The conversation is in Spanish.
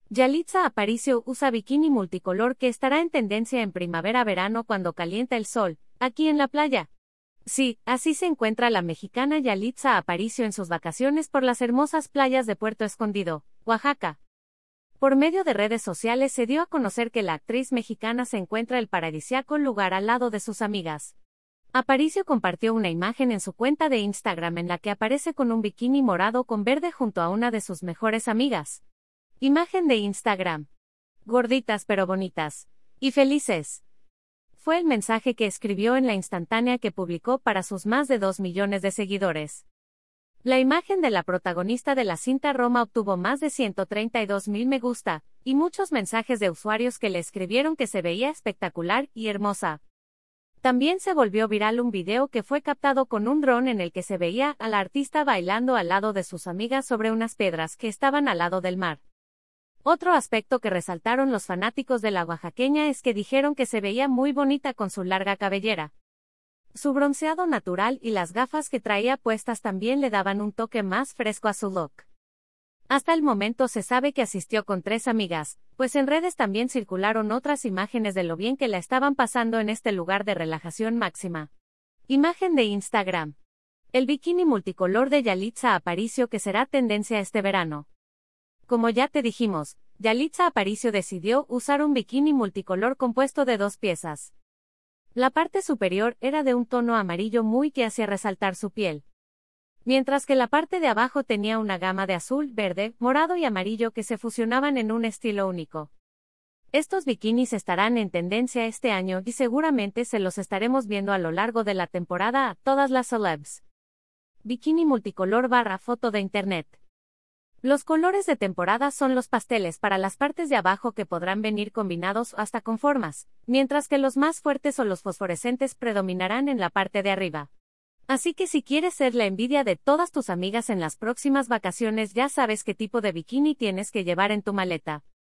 Yalitza Aparicio usa bikini multicolor que estará en tendencia en primavera-verano cuando calienta el sol, aquí en la playa. Sí, así se encuentra la mexicana Yalitza Aparicio en sus vacaciones por las hermosas playas de Puerto Escondido, Oaxaca. Por medio de redes sociales se dio a conocer que la actriz mexicana se encuentra en el paradisíaco lugar al lado de sus amigas. Aparicio compartió una imagen en su cuenta de Instagram en la que aparece con un bikini morado con verde junto a una de sus mejores amigas. Imagen de Instagram. Gorditas pero bonitas. Y felices. Fue el mensaje que escribió en la instantánea que publicó para sus más de 2 millones de seguidores. La imagen de la protagonista de la cinta Roma obtuvo más de 132,000 me gusta, y muchos mensajes de usuarios que le escribieron que se veía espectacular y hermosa. También se volvió viral un video que fue captado con un dron en el que se veía a la artista bailando al lado de sus amigas sobre unas piedras que estaban al lado del mar. Otro aspecto que resaltaron los fanáticos de la oaxaqueña es que dijeron que se veía muy bonita con su larga cabellera. Su bronceado natural y las gafas que traía puestas también le daban un toque más fresco a su look. Hasta el momento se sabe que asistió con 3 amigas, pues en redes también circularon otras imágenes de lo bien que la estaban pasando en este lugar de relajación máxima. Imagen de Instagram. El bikini multicolor de Yalitza Aparicio que será tendencia este verano. Como ya te dijimos, Yalitza Aparicio decidió usar un bikini multicolor compuesto de 2 piezas. La parte superior era de un tono amarillo muy que hacía resaltar su piel, mientras que la parte de abajo tenía una gama de azul, verde, morado y amarillo que se fusionaban en un estilo único. Estos bikinis estarán en tendencia este año y seguramente se los estaremos viendo a lo largo de la temporada a todas las celebs. Bikini multicolor / foto de internet. Los colores de temporada son los pasteles para las partes de abajo que podrán venir combinados hasta con formas, mientras que los más fuertes o los fosforescentes predominarán en la parte de arriba. Así que si quieres ser la envidia de todas tus amigas en las próximas vacaciones ya sabes qué tipo de bikini tienes que llevar en tu maleta.